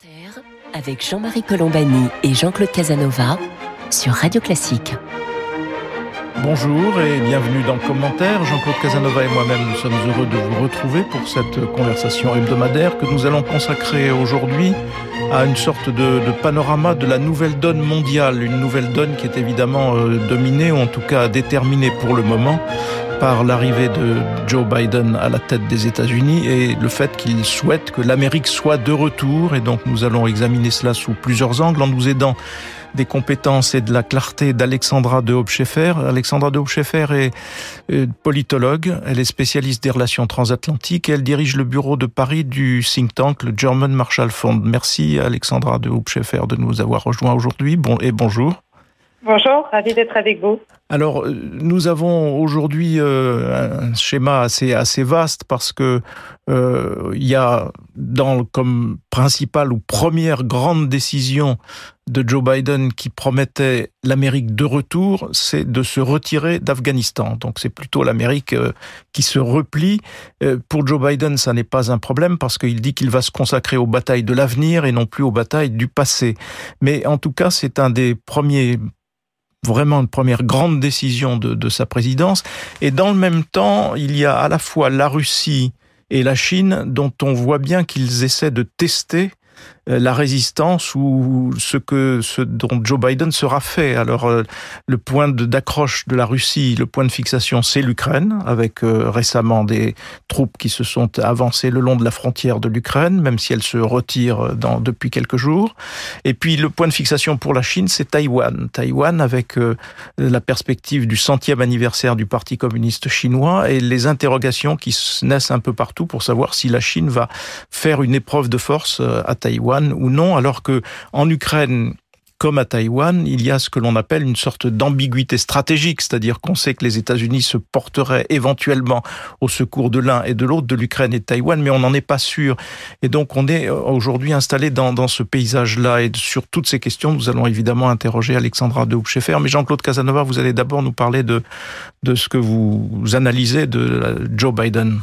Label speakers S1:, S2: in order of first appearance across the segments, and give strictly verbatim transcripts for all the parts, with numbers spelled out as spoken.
S1: Commentaire avec Jean-Marie Colombani et Jean-Claude Casanova sur Radio Classique.
S2: Bonjour et bienvenue dans Commentaire. Jean-Claude Casanova et moi-même, nous sommes heureux de vous retrouver pour cette conversation hebdomadaire que nous allons consacrer aujourd'hui à une sorte de, de panorama de la nouvelle donne mondiale. Une nouvelle donne qui est évidemment euh, dominée, ou en tout cas déterminée pour le moment, par l'arrivée de Joe Biden à la tête des États-Unis et le fait qu'il souhaite que l'Amérique soit de retour. Et donc nous allons examiner cela sous plusieurs angles en nous aidant des compétences et de la clarté d'Alexandra de Hoopscheffer. Alexandra de Hoopscheffer est politologue, elle est spécialiste des relations transatlantiques et elle dirige le bureau de Paris du think tank, le German Marshall Fund. Merci Alexandra de Hoopscheffer de nous avoir rejoints aujourd'hui. Bon, et bonjour.
S3: Bonjour, ravi d'être avec vous.
S2: Alors, nous avons aujourd'hui euh, un schéma assez assez vaste parce que euh, il y a dans comme principale ou première grande décision de Joe Biden qui promettait l'Amérique de retour, c'est de se retirer d'Afghanistan. Donc c'est plutôt l'Amérique euh, qui se replie. Euh, pour Joe Biden, ça n'est pas un problème parce qu'il dit qu'il va se consacrer aux batailles de l'avenir et non plus aux batailles du passé. Mais en tout cas, c'est un des premiers vraiment une première grande décision de, de sa présidence. Et dans le même temps, il y a à la fois la Russie et la Chine dont on voit bien qu'ils essaient de tester la résistance ou ce que ce dont Joe Biden sera fait. Alors euh, le point de, d'accroche de la Russie, le point de fixation, c'est l'Ukraine, avec euh, récemment des troupes qui se sont avancées le long de la frontière de l'Ukraine, même si elles se retirent dans, depuis quelques jours. Et puis le point de fixation pour la Chine, c'est Taïwan. Taïwan avec euh, la perspective du centième anniversaire du Parti communiste chinois et les interrogations qui naissent un peu partout pour savoir si la Chine va faire une épreuve de force à Taïwan ou non, alors que en Ukraine, comme à Taïwan, il y a ce que l'on appelle une sorte d'ambiguïté stratégique, c'est-à-dire qu'on sait que les États-Unis se porteraient éventuellement au secours de l'un et de l'autre, de l'Ukraine et de Taïwan, mais on n'en est pas sûr. Et donc on est aujourd'hui installé dans, dans ce paysage-là, et sur toutes ces questions, nous allons évidemment interroger Alexandra de Hoopscheffer, mais Jean-Claude Casanova, vous allez d'abord nous parler de, de ce que vous analysez de Joe Biden.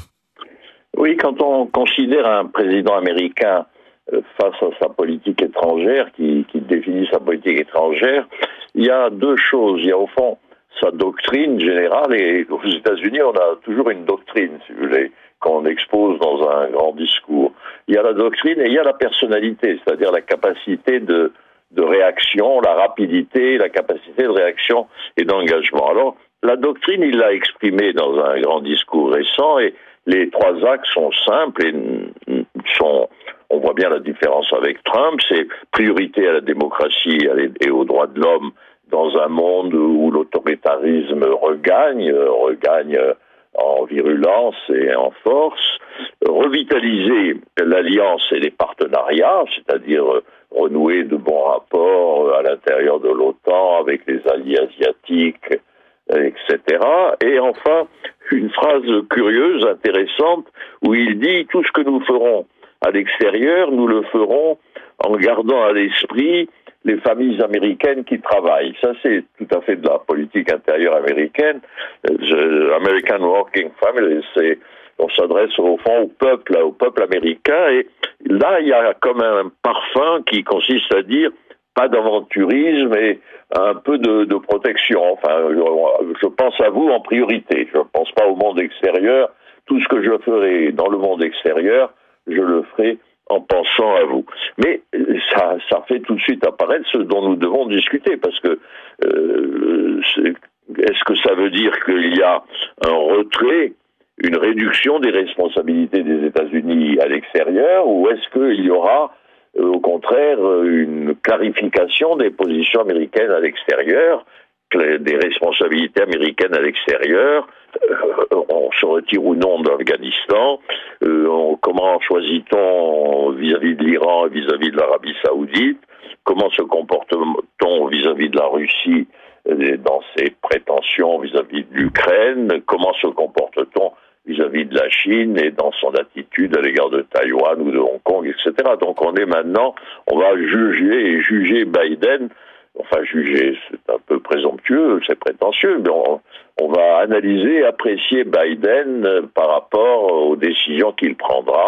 S4: Oui, quand on considère un président américain face à sa politique étrangère, qui, qui définit sa politique étrangère, il y a deux choses. Il y a au fond sa doctrine générale, et aux États-Unis, on a toujours une doctrine, si vous voulez, qu'on expose dans un grand discours. Il y a la doctrine et il y a la personnalité, c'est-à-dire la capacité de, de réaction, la rapidité, la capacité de réaction et d'engagement. Alors, la doctrine, il l'a exprimée dans un grand discours récent, et les trois axes sont simples et sont... On voit bien la différence avec Trump, c'est priorité à la démocratie et aux droits de l'homme dans un monde où l'autoritarisme regagne, regagne en virulence et en force. Revitaliser l'alliance et les partenariats, c'est-à-dire renouer de bons rapports à l'intérieur de l'OTAN avec les alliés asiatiques, et cetera. Et enfin, une phrase curieuse, intéressante, où il dit « Tout ce que nous ferons à l'extérieur, nous le ferons en gardant à l'esprit les familles américaines qui travaillent. » Ça, c'est tout à fait de la politique intérieure américaine. Euh, American Working Families, c'est, on s'adresse au fond au peuple, au peuple américain. Et là, il y a comme un parfum qui consiste à dire pas d'aventurisme et un peu de, de protection. Enfin, je, je pense à vous en priorité. Je ne pense pas au monde extérieur. Tout ce que je ferai dans le monde extérieur, je le ferai en pensant à vous. Mais ça, ça fait tout de suite apparaître ce dont nous devons discuter, parce que euh, est-ce que ça veut dire qu'il y a un retrait, une réduction des responsabilités des États-Unis à l'extérieur, ou est-ce qu'il y aura euh, au contraire une clarification des positions américaines à l'extérieur, des responsabilités américaines à l'extérieur, euh, on se retire ou non d'Afghanistan, euh, on, comment choisit-on vis-à-vis de l'Iran et vis-à-vis de l'Arabie Saoudite, comment se comporte-t-on vis-à-vis de la Russie euh, dans ses prétentions vis-à-vis de l'Ukraine, comment se comporte-t-on vis-à-vis de la Chine et dans son attitude à l'égard de Taïwan ou de Hong Kong, et cetera. Donc on est maintenant, on va juger et juger Biden. Enfin, juger, c'est un peu présomptueux, c'est prétentieux, mais on, on va analyser, apprécier Biden par rapport aux décisions qu'il prendra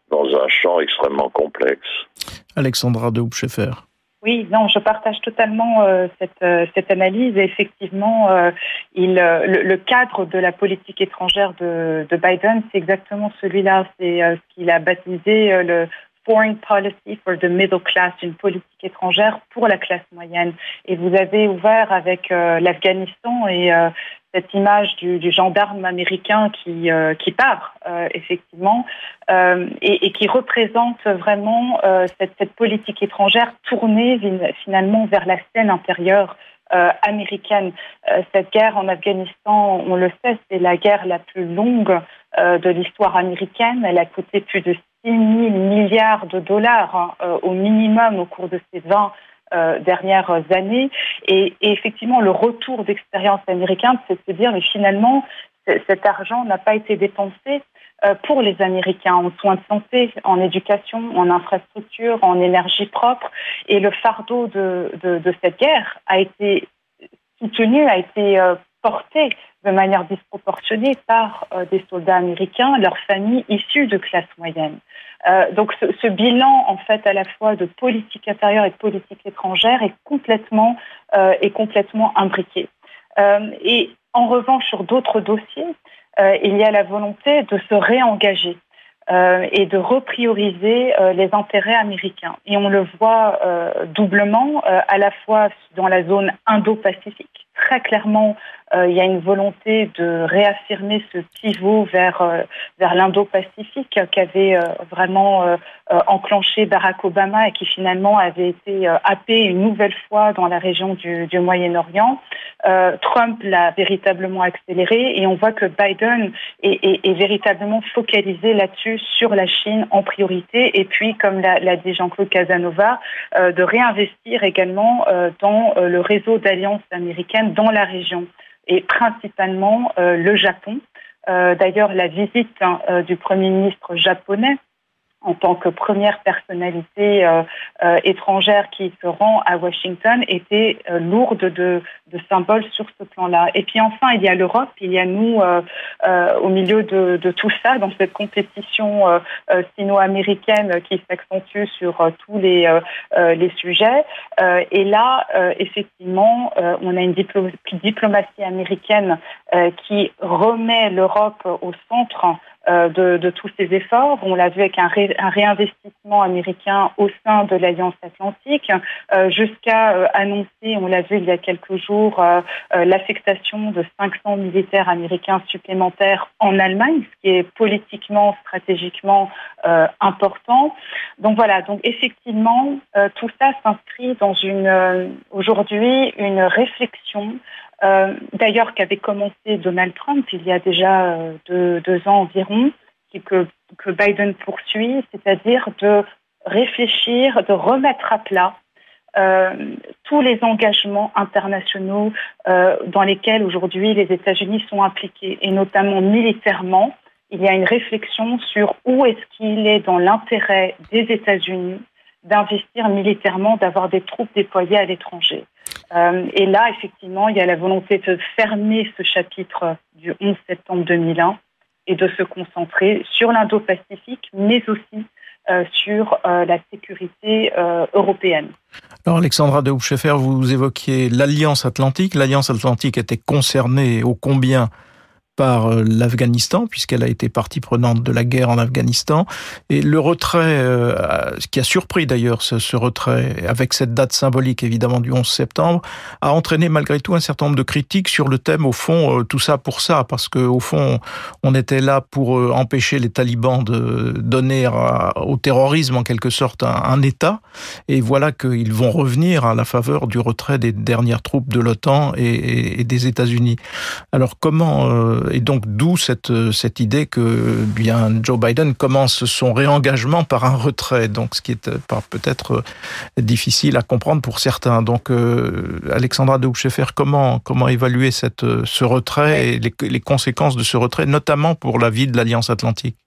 S4: dans un champ extrêmement complexe.
S2: Alexandra de Hoopscheffer.
S3: Oui, non, je partage totalement euh, cette, euh, cette analyse. Et effectivement, euh, il, euh, le, le cadre de la politique étrangère de, de Biden, c'est exactement celui-là. C'est euh, ce qu'il a baptisé euh, le Foreign Policy for the Middle Class, une politique étrangère pour la classe moyenne. Et vous avez ouvert avec euh, l'Afghanistan et euh, cette image du, du gendarme américain qui, euh, qui part, euh, effectivement, euh, et, et qui représente vraiment euh, cette, cette politique étrangère tournée finalement vers la scène intérieure euh, américaine. Euh, cette guerre en Afghanistan, on le sait, c'est la guerre la plus longue euh, de l'histoire américaine. Elle a coûté plus de six mille milliards de dollars hein, euh, au minimum au cours de ces vingt Euh, dernières années et, et effectivement le retour d'expérience américaine, c'est de se dire mais finalement cet argent n'a pas été dépensé euh, pour les Américains en soins de santé, en éducation, en infrastructure, en énergie propre, et le fardeau de, de, de cette guerre a été soutenu, a été euh, porté de manière disproportionnée par euh, des soldats américains, leurs familles issues de classe moyenne. Euh, donc ce, ce bilan en fait à la fois de politique intérieure et de politique étrangère est complètement euh, est complètement imbriqué. Euh, et en revanche sur d'autres dossiers, euh, il y a la volonté de se réengager euh, et de reprioriser euh, les intérêts américains. Et on le voit euh, doublement, euh, à la fois dans la zone Indo-Pacifique. Très clairement, euh, il y a une volonté de réaffirmer ce pivot vers, euh, vers l'Indo-Pacifique qu'avait euh, vraiment euh, euh, enclenché Barack Obama et qui finalement avait été euh, happé une nouvelle fois dans la région du, du Moyen-Orient. Euh, Trump l'a véritablement accéléré et on voit que Biden est, est, est véritablement focalisé là-dessus, sur la Chine en priorité. Et puis, comme l'a, l'a dit Jean-Claude Casanova, euh, de réinvestir également euh, dans euh, le réseau d'alliances américaines dans la région, et principalement euh, le Japon. Euh, d'ailleurs, la visite hein, euh, du Premier ministre japonais en tant que première personnalité euh, euh, étrangère qui se rend à Washington était euh, lourde de, de symboles sur ce plan-là. Et puis enfin, il y a l'Europe, il y a nous euh, euh, au milieu de, de tout ça, dans cette compétition euh, euh, sino-américaine qui s'accentue sur euh, tous les, euh, euh, les sujets. Euh, et là, euh, effectivement, euh, on a une diplo- diplomatie américaine euh, qui remet l'Europe au centre euh, de, de tous ces efforts. On l'a vu avec un, ré, un réinvestissement américain au sein de l'Alliance Atlantique, euh, jusqu'à euh, annoncer, on l'a vu il y a quelques jours, euh, euh, l'affectation de cinq cents militaires américains supplémentaires en Allemagne, ce qui est politiquement, stratégiquement euh, important. Donc voilà, donc effectivement, euh, tout ça s'inscrit dans une, euh, aujourd'hui, une réflexion Euh, d'ailleurs qu'avait commencé Donald Trump il y a déjà euh, deux, deux ans environ, et que, que Biden poursuit, c'est-à-dire de réfléchir, de remettre à plat euh, tous les engagements internationaux euh, dans lesquels aujourd'hui les États-Unis sont impliqués, et notamment militairement. Il y a une réflexion sur où est-ce qu'il est dans l'intérêt des États-Unis d'investir militairement, d'avoir des troupes déployées à l'étranger. Euh, et là, effectivement, il y a la volonté de fermer ce chapitre du onze septembre deux mille un et de se concentrer sur l'Indo-Pacifique, mais aussi euh, sur euh, la sécurité euh, européenne.
S2: Alors Alexandra de Hoopscheffer, vous évoquiez l'Alliance Atlantique. L'Alliance Atlantique était concernée ô combien par l'Afghanistan, puisqu'elle a été partie prenante de la guerre en Afghanistan. Et le retrait, euh, ce qui a surpris d'ailleurs ce, ce retrait, avec cette date symbolique évidemment du onze septembre, a entraîné malgré tout un certain nombre de critiques sur le thème, au fond, euh, tout ça pour ça, parce que au fond, on était là pour euh, empêcher les talibans de donner à, au terrorisme en quelque sorte un, un État. Et voilà qu'ils vont revenir à la faveur du retrait des dernières troupes de l'OTAN et, et, et des États-Unis. Alors comment euh, Et donc, d'où cette, cette idée que bien Joe Biden commence son réengagement par un retrait, donc ce qui est peut-être difficile à comprendre pour certains. Donc, euh, Alexandra de Hoopscheffer, comment, comment évaluer cette, ce retrait et les, les conséquences de ce retrait, notamment pour la vie de l'Alliance Atlantique?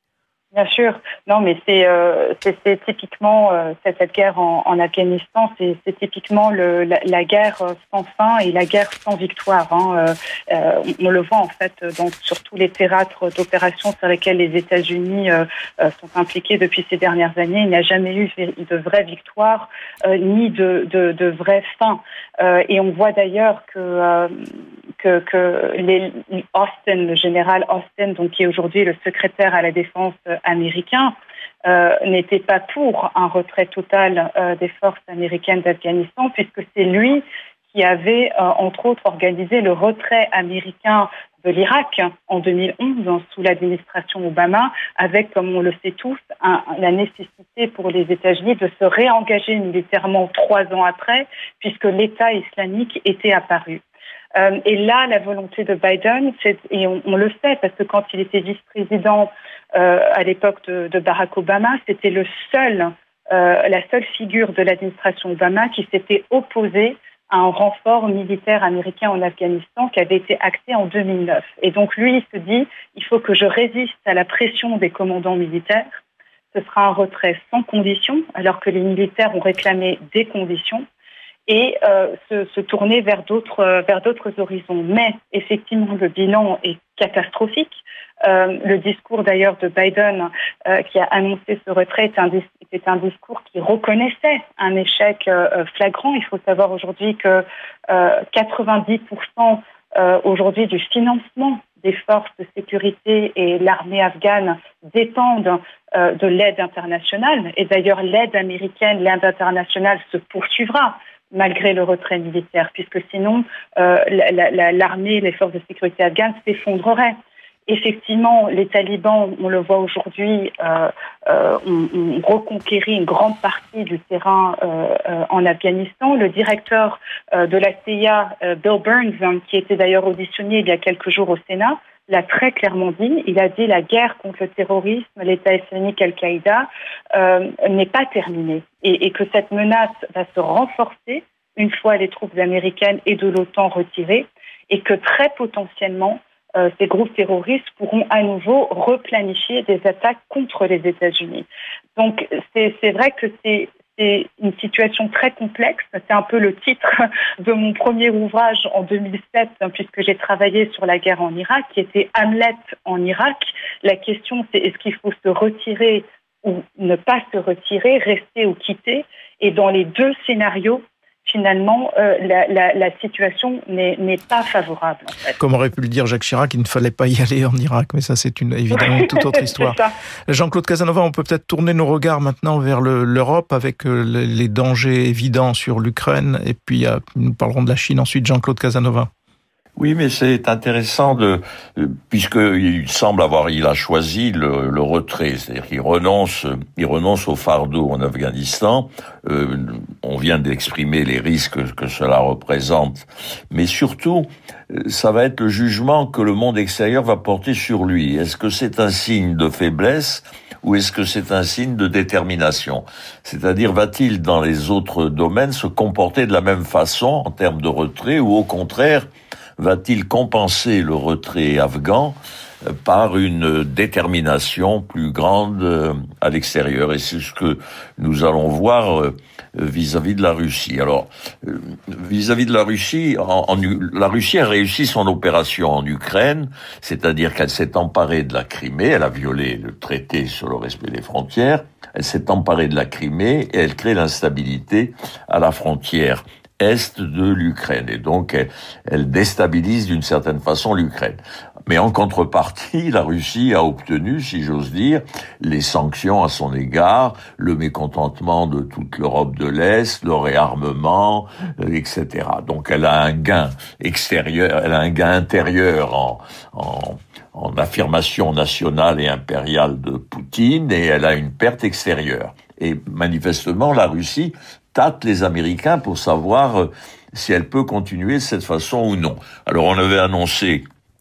S3: Bien sûr, non, mais c'est euh, c'est, c'est typiquement euh, cette, cette guerre en, en Afghanistan, c'est, c'est typiquement le, la, la guerre sans fin et la guerre sans victoire. Hein. Euh, euh, on, on le voit en fait dans, sur tous les théâtres d'opérations sur lesquels les États-Unis euh, euh, sont impliqués depuis ces dernières années. Il n'y a jamais eu de vraie victoire euh, ni de, de, de vraie fin. Euh, et on voit d'ailleurs que euh, que, que les, Austin, le général Austin, donc qui est aujourd'hui le secrétaire à la défense américain, euh, n'était pas pour un retrait total euh, des forces américaines d'Afghanistan, puisque c'est lui qui avait, euh, entre autres, organisé le retrait américain de l'Irak en deux mille onze, sous l'administration Obama, avec, comme on le sait tous, un, la nécessité pour les États-Unis de se réengager militairement trois ans après, puisque l'État islamique était apparu. Euh, et là, la volonté de Biden, c'est, et on, on le sait, parce que quand il était vice-président euh, à l'époque de, de Barack Obama, c'était le seul, euh, la seule figure de l'administration Obama qui s'était opposée à un renfort militaire américain en Afghanistan qui avait été acté en deux mille neuf. Et donc lui, il se dit, il faut que je résiste à la pression des commandants militaires. Ce sera un retrait sans condition, alors que les militaires ont réclamé des conditions. Et euh, se, se tourner vers d'autres, euh, vers d'autres horizons. Mais effectivement, le bilan est catastrophique. Euh, le discours d'ailleurs de Biden euh, qui a annoncé ce retrait était un, était un discours qui reconnaissait un échec euh, flagrant. Il faut savoir aujourd'hui que euh, quatre-vingt-dix pour cent euh, aujourd'hui du financement des forces de sécurité et l'armée afghane dépendent euh, de l'aide internationale. Et d'ailleurs, l'aide américaine, l'aide internationale se poursuivra malgré le retrait militaire, puisque sinon euh, la, la, l'armée et les forces de sécurité afghanes s'effondreraient. Effectivement, les talibans, on le voit aujourd'hui, euh, euh, ont, ont reconquéri une grande partie du terrain euh, euh, en Afghanistan. Le directeur euh, de la C I A, euh, Bill Burns, qui était d'ailleurs auditionné il y a quelques jours au Sénat, l'a très clairement dit. Il a dit la guerre contre le terrorisme, l'État islamique, Al-Qaïda, euh, n'est pas terminée et, et que cette menace va se renforcer une fois les troupes américaines et de l'OTAN retirées et que très potentiellement, euh, ces groupes terroristes pourront à nouveau replanifier des attaques contre les États-Unis. Donc c'est, c'est vrai que c'est C'est une situation très complexe. C'est un peu le titre de mon premier ouvrage en deux mille sept, puisque j'ai travaillé sur la guerre en Irak, qui était Hamlet en Irak. La question, c'est est-ce qu'il faut se retirer ou ne pas se retirer, rester ou quitter? Et dans les deux scénarios, finalement, euh, la, la, la situation n'est, n'est pas favorable. En fait.
S2: Comme aurait pu le dire Jacques Chirac, il ne fallait pas y aller en Irak, mais ça c'est une, évidemment une toute autre histoire. Jean-Claude Casanova, on peut peut-être tourner nos regards maintenant vers le, l'Europe avec euh, les dangers évidents sur l'Ukraine, et puis euh, nous parlerons de la Chine ensuite. Jean-Claude Casanova.
S5: Oui, mais c'est intéressant de, puisqu'il semble avoir, il a choisi le, le retrait, c'est-à-dire qu'il renonce, il renonce au fardeau en Afghanistan. Euh, on vient d'exprimer les risques que cela représente, mais surtout, ça va être le jugement que le monde extérieur va porter sur lui. Est-ce que c'est un signe de faiblesse ou est-ce que c'est un signe de détermination? C'est-à-dire, va-t-il dans les autres domaines se comporter de la même façon en termes de retrait ou au contraire, va-t-il compenser le retrait afghan par une détermination plus grande à l'extérieur? Et c'est ce que nous allons voir vis-à-vis de la Russie. Alors, vis-à-vis de la Russie, en, en, la Russie a réussi son opération en Ukraine, c'est-à-dire qu'elle s'est emparée de la Crimée, elle a violé le traité sur le respect des frontières, elle s'est emparée de la Crimée et elle crée l'instabilité à la frontière est de l'Ukraine. Et donc, elle, elle déstabilise d'une certaine façon l'Ukraine. Mais en contrepartie, la Russie a obtenu, si j'ose dire, les sanctions à son égard, le mécontentement de toute l'Europe de l'Est, le réarmement, et cetera. Donc, elle a un gain extérieur, elle a un gain intérieur en, en, en affirmation nationale et impériale de Poutine, et elle a une perte extérieure. Et manifestement, la Russie tâte les Américains pour savoir si elle peut continuer de cette façon ou non. Alors, on avait annoncé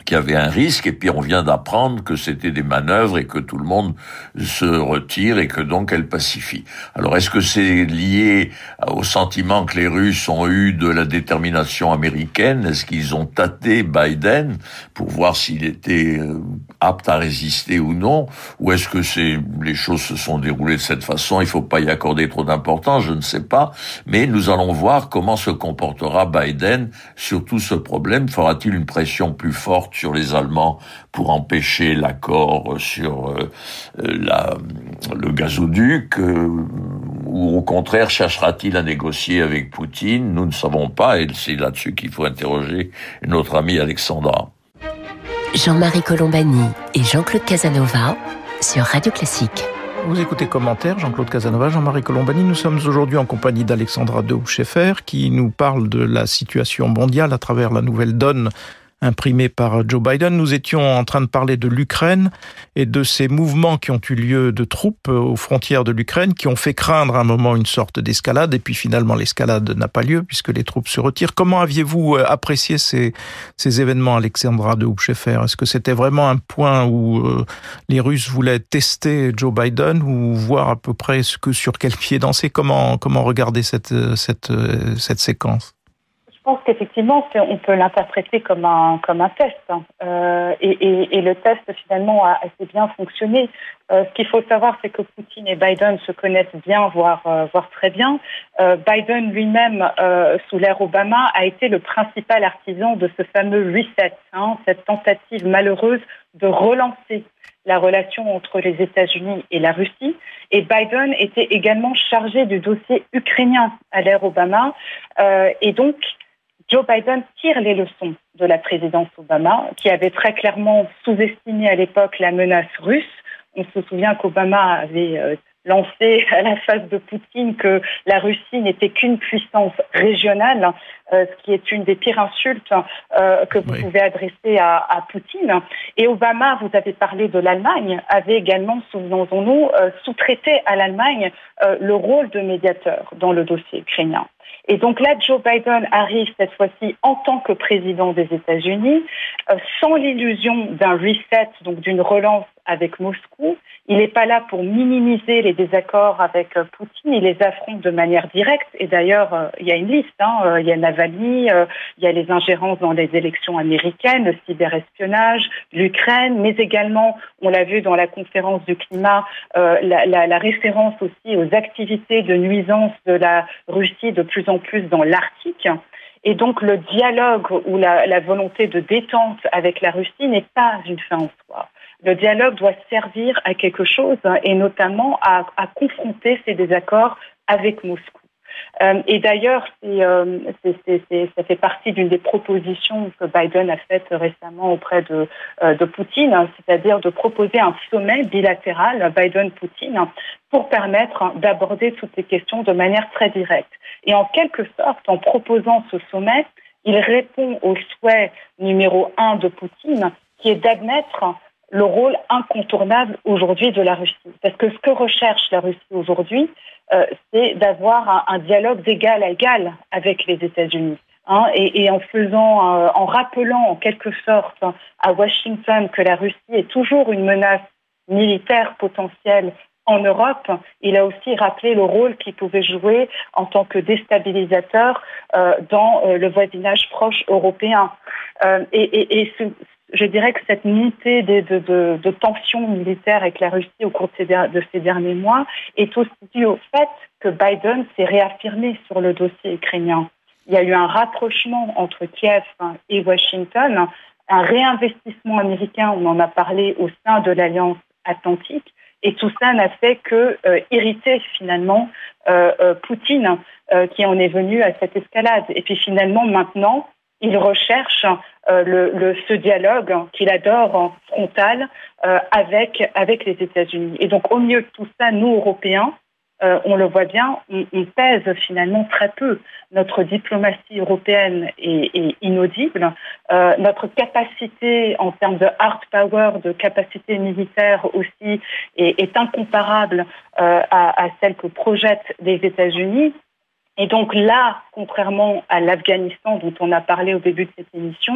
S5: qu'il y avait un risque, et puis on vient d'apprendre que c'était des manœuvres et que tout le monde se retire et que donc elle pacifie. Alors est-ce que c'est lié au sentiment que les Russes ont eu de la détermination américaine? Est-ce qu'ils ont tâté Biden pour voir s'il était apte à résister ou non? Ou est-ce que c'est les choses se sont déroulées de cette façon, il faut pas y accorder trop d'importance, je ne sais pas, mais nous allons voir comment se comportera Biden sur tout ce problème. Fera-t-il une pression plus forte sur les Allemands pour empêcher l'accord sur euh, la, le gazoduc, euh, ou au contraire cherchera-t-il à négocier avec Poutine? Nous ne savons pas, et c'est là-dessus qu'il faut interroger notre amie Alexandra.
S1: Jean-Marie Colombani et Jean-Claude Casanova sur Radio Classique.
S2: Vous écoutez Commentaire, Jean-Claude Casanova, Jean-Marie Colombani. Nous sommes aujourd'hui en compagnie d'Alexandra de Hoopscheffer qui nous parle de la situation mondiale à travers la nouvelle donne imprimée par Joe Biden. Nous étions en train de parler de l'Ukraine et de ces mouvements qui ont eu lieu de troupes aux frontières de l'Ukraine qui ont fait craindre à un moment une sorte d'escalade et puis finalement l'escalade n'a pas lieu puisque les troupes se retirent. Comment aviez-vous apprécié ces, ces événements, Alexandra de Hoopscheffer? Est-ce que c'était vraiment un point où euh, les Russes voulaient tester Joe Biden ou voir à peu près ce que, sur quel pied danser? Comment, comment regarder cette, cette, cette séquence?
S3: Je pense qu'effectivement, on peut l'interpréter comme un comme un test, hein. euh, et, et, et le test finalement a assez bien fonctionné. Euh, ce qu'il faut savoir, c'est que Poutine et Biden se connaissent bien, voire euh, voire très bien. Euh, Biden lui-même, euh, sous l'ère Obama, a été le principal artisan de ce fameux reset, hein, cette tentative malheureuse de relancer la relation entre les États-Unis et la Russie. Et Biden était également chargé du dossier ukrainien à l'ère Obama, euh, et donc Joe Biden tire les leçons de la présidence Obama, qui avait très clairement sous-estimé à l'époque la menace russe. On se souvient qu'Obama avait euh, lancé à la face de Poutine que la Russie n'était qu'une puissance régionale, euh, ce qui est une des pires insultes euh, que vous oui. pouvez adresser à, à Poutine. Et Obama, vous avez parlé de l'Allemagne, avait également, souvenons-nous, euh, sous-traité à l'Allemagne euh, le rôle de médiateur dans le dossier ukrainien. Et donc là, Joe Biden arrive cette fois-ci en tant que président des États-Unis, euh, sans l'illusion d'un reset, donc d'une relance avec Moscou. Il n'est pas là pour minimiser les désaccords avec euh, Poutine, il les affronte de manière directe. Et d'ailleurs, euh, il y a une liste, hein, euh, il y a Navalny, euh, il y a les ingérences dans les élections américaines, le cyberespionnage, l'Ukraine, mais également, on l'a vu dans la conférence du climat, euh, la, la, la référence aussi aux activités de nuisance de la Russie de plus en plus dans l'Arctique. Et donc le dialogue ou la, la volonté de détente avec la Russie n'est pas une fin en soi. Le dialogue doit servir à quelque chose, hein, et notamment à, à confronter ces désaccords avec Moscou. Euh, et d'ailleurs, c'est, euh, c'est, c'est, c'est, ça fait partie d'une des propositions que Biden a faites récemment auprès de, euh, de Poutine, hein, c'est-à-dire de proposer un sommet bilatéral Biden-Poutine, hein, pour permettre, hein, d'aborder toutes ces questions de manière très directe. Et en quelque sorte, en proposant ce sommet, il répond au souhait numéro un de Poutine, qui est d'admettre le rôle incontournable aujourd'hui de la Russie. Parce que ce que recherche la Russie aujourd'hui, euh, c'est d'avoir un, un dialogue d'égal à égal avec les États-Unis. Hein, et, et en faisant, euh, en rappelant en quelque sorte, hein, à Washington que la Russie est toujours une menace militaire potentielle en Europe, il a aussi rappelé le rôle qu'il pouvait jouer en tant que déstabilisateur euh, dans euh, le voisinage proche européen. Euh, et, et, et ce, je dirais que cette montée de, de, de, de tensions militaires avec la Russie au cours de ces, de ces derniers mois est aussi due au fait que Biden s'est réaffirmé sur le dossier ukrainien. Il y a eu un rapprochement entre Kiev et Washington, un réinvestissement américain, on en a parlé, au sein de l'Alliance Atlantique, et tout ça n'a fait que euh, irriter finalement euh, euh, Poutine, euh, qui en est venu à cette escalade. Et puis finalement, maintenant, il recherche euh, le, le, ce dialogue qu'il adore, en frontal, euh, avec, avec les États-Unis. Et donc, au milieu de tout ça, nous, Européens, euh, on le voit bien, on, on pèse finalement très peu. Notre diplomatie européenne est, est inaudible. Euh, notre capacité en termes de hard power, de capacité militaire aussi, est, est incomparable euh, à, à celle que projettent les États-Unis. Et donc là, contrairement à l'Afghanistan dont on a parlé au début de cette émission,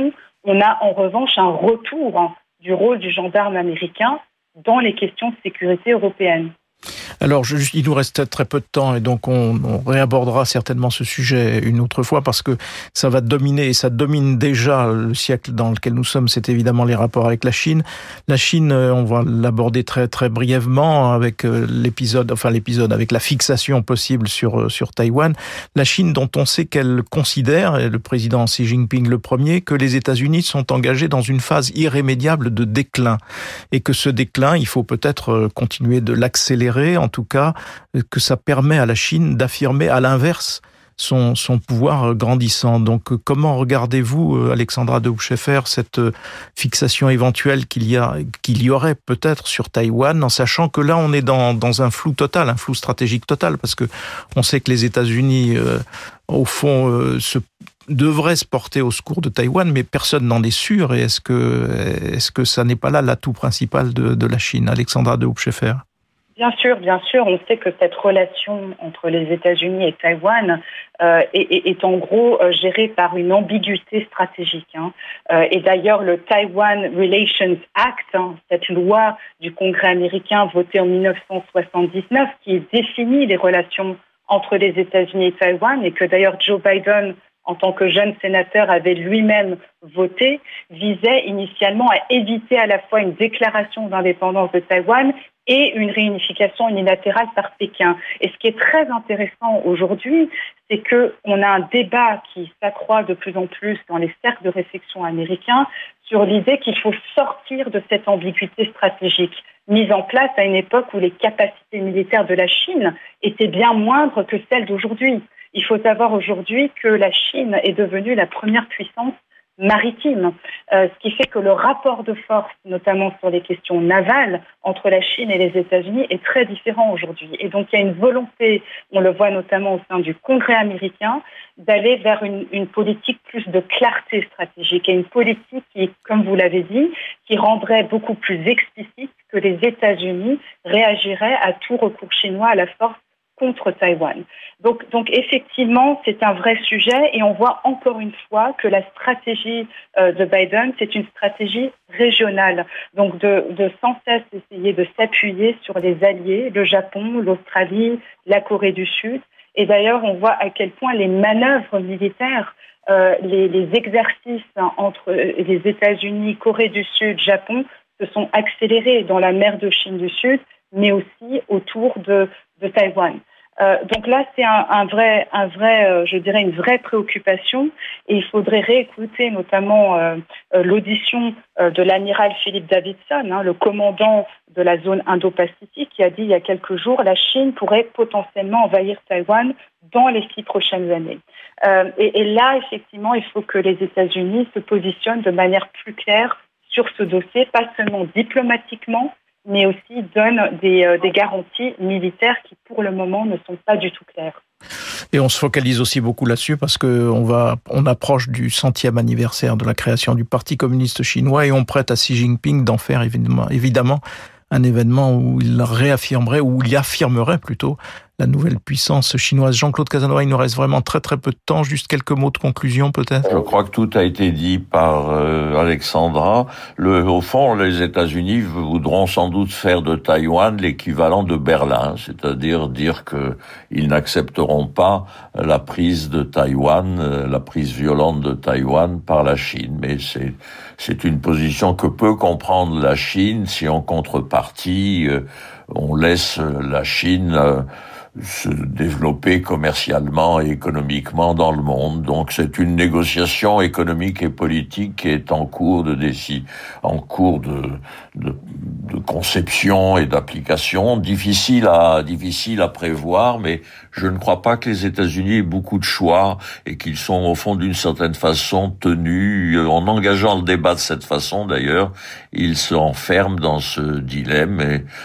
S3: On a en revanche un retour hein, du rôle du gendarme américain dans les questions de sécurité européenne.
S2: Alors, je, il nous reste très peu de temps et donc on, on réabordera certainement ce sujet une autre fois parce que ça va dominer et ça domine déjà le siècle dans lequel nous sommes. C'est évidemment les rapports avec la Chine. La Chine, on va l'aborder très très brièvement avec l'épisode, enfin l'épisode avec la fixation possible sur sur Taïwan. La Chine, dont on sait qu'elle considère, et le président Xi Jinping le premier, que les États-Unis sont engagés dans une phase irrémédiable de déclin et que ce déclin, il faut peut-être continuer de l'accélérer. En tout cas, que ça permet à la Chine d'affirmer à l'inverse son, son pouvoir grandissant. Donc, comment regardez-vous, Alexandra de Hoopscheffer, cette fixation éventuelle qu'il y a, qu'il y aurait peut-être sur Taïwan, en sachant que là, on est dans, dans un flou total, un flou stratégique total, parce que on sait que les États-Unis, euh, au fond, euh, se devrait se porter au secours de Taïwan, mais personne n'en est sûr. Et est-ce que, est-ce que ça n'est pas là l'atout principal de, de la Chine, Alexandra de Hoopscheffer?
S3: Bien sûr, bien sûr. On sait que cette relation entre les États-Unis et Taïwan euh, est, est, est en gros euh, gérée par une ambiguïté stratégique. Hein. Euh, et d'ailleurs, le Taiwan Relations Act, hein, cette loi du Congrès américain votée en dix-neuf cent soixante-dix-neuf, qui définit les relations entre les États-Unis et Taïwan, et que d'ailleurs Joe Biden, en tant que jeune sénateur, avait lui-même voté, visait initialement à éviter à la fois une déclaration d'indépendance de Taïwan et une réunification unilatérale par Pékin. Et ce qui est très intéressant aujourd'hui, c'est qu'on a un débat qui s'accroît de plus en plus dans les cercles de réflexion américains sur l'idée qu'il faut sortir de cette ambiguïté stratégique mise en place à une époque où les capacités militaires de la Chine étaient bien moindres que celles d'aujourd'hui. Il faut savoir aujourd'hui que la Chine est devenue la première puissance maritime, euh, ce qui fait que le rapport de force, notamment sur les questions navales, entre la Chine et les États-Unis est très différent aujourd'hui. Et donc il y a une volonté, on le voit notamment au sein du Congrès américain, d'aller vers une, une politique plus de clarté stratégique et une politique qui, comme vous l'avez dit, qui rendrait beaucoup plus explicite que les États-Unis réagiraient à tout recours chinois à la force contre Taïwan. Donc, donc effectivement, c'est un vrai sujet et on voit encore une fois que la stratégie euh, de Biden, c'est une stratégie régionale. Donc, de, de sans cesse essayer de s'appuyer sur les alliés, le Japon, l'Australie, la Corée du Sud. Et d'ailleurs, on voit à quel point les manœuvres militaires, euh, les, les exercices hein, entre les États-Unis, Corée du Sud, Japon, se sont accélérés dans la mer de Chine du Sud, mais aussi autour de, de Taïwan. Euh, donc là, c'est un, un vrai, un vrai, euh, je dirais, une vraie préoccupation. Et il faudrait réécouter notamment euh, euh, l'audition euh, de l'amiral Philip Davidson, hein, le commandant de la zone Indo-Pacifique, qui a dit il y a quelques jours la Chine pourrait potentiellement envahir Taïwan dans les six prochaines années. Euh, et, et là, effectivement, il faut que les États-Unis se positionnent de manière plus claire sur ce dossier, pas seulement diplomatiquement, mais aussi donne des, euh, des garanties militaires qui, pour le moment, ne sont pas du tout claires.
S2: Et on se focalise aussi beaucoup là-dessus parce que on va, on approche du centième anniversaire de la création du Parti communiste chinois et on prête à Xi Jinping d'en faire évidemment, évidemment un événement où il réaffirmerait, où il affirmerait plutôt la nouvelle puissance chinoise. Jean-Claude Casanova, il nous reste vraiment très très peu de temps. Juste quelques mots de conclusion peut-être.
S5: Je crois que tout a été dit par euh, Alexandra. Le, au fond, les États-Unis voudront sans doute faire de Taïwan l'équivalent de Berlin, c'est-à-dire dire que ils n'accepteront pas la prise de Taïwan, la prise violente de Taïwan par la Chine. Mais c'est c'est une position que peut comprendre la Chine si en contrepartie euh, on laisse la Chine euh, se développer commercialement et économiquement dans le monde. Donc c'est une négociation économique et politique qui est en cours de déci, en cours de, de, de conception et d'application, difficile à difficile à prévoir, mais je ne crois pas que les États-Unis aient beaucoup de choix et qu'ils sont au fond d'une certaine façon tenus, en engageant le débat de cette façon d'ailleurs, ils se enferment dans ce dilemme et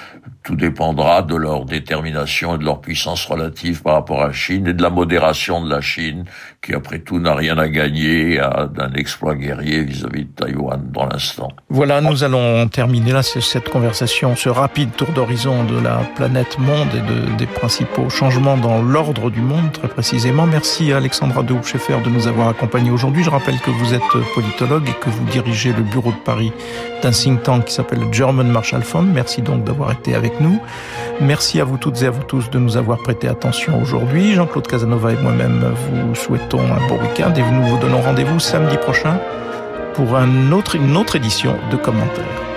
S5: tout dépendra de leur détermination et de leur puissance relative par rapport à la Chine et de la modération de la Chine, qui après tout n'a rien à gagner à, d'un exploit guerrier vis-à-vis de Taïwan dans l'instant.
S2: Voilà, nous allons terminer là cette conversation, ce rapide tour d'horizon de la planète monde et de, des principaux changements dans l'ordre du monde, très précisément. Merci à Alexandra de Hoopscheffer de nous avoir accompagnés aujourd'hui. Je rappelle que vous êtes politologue et que vous dirigez le bureau de Paris d'un think tank qui s'appelle le German Marshall Fund. Merci donc d'avoir été avec nous. Merci à vous toutes et à vous tous de nous avoir prêté attention aujourd'hui. Jean-Claude Casanova et moi-même vous souhaitons un bon week-end et nous vous donnons rendez-vous samedi prochain pour un autre, une autre édition de Commentaires.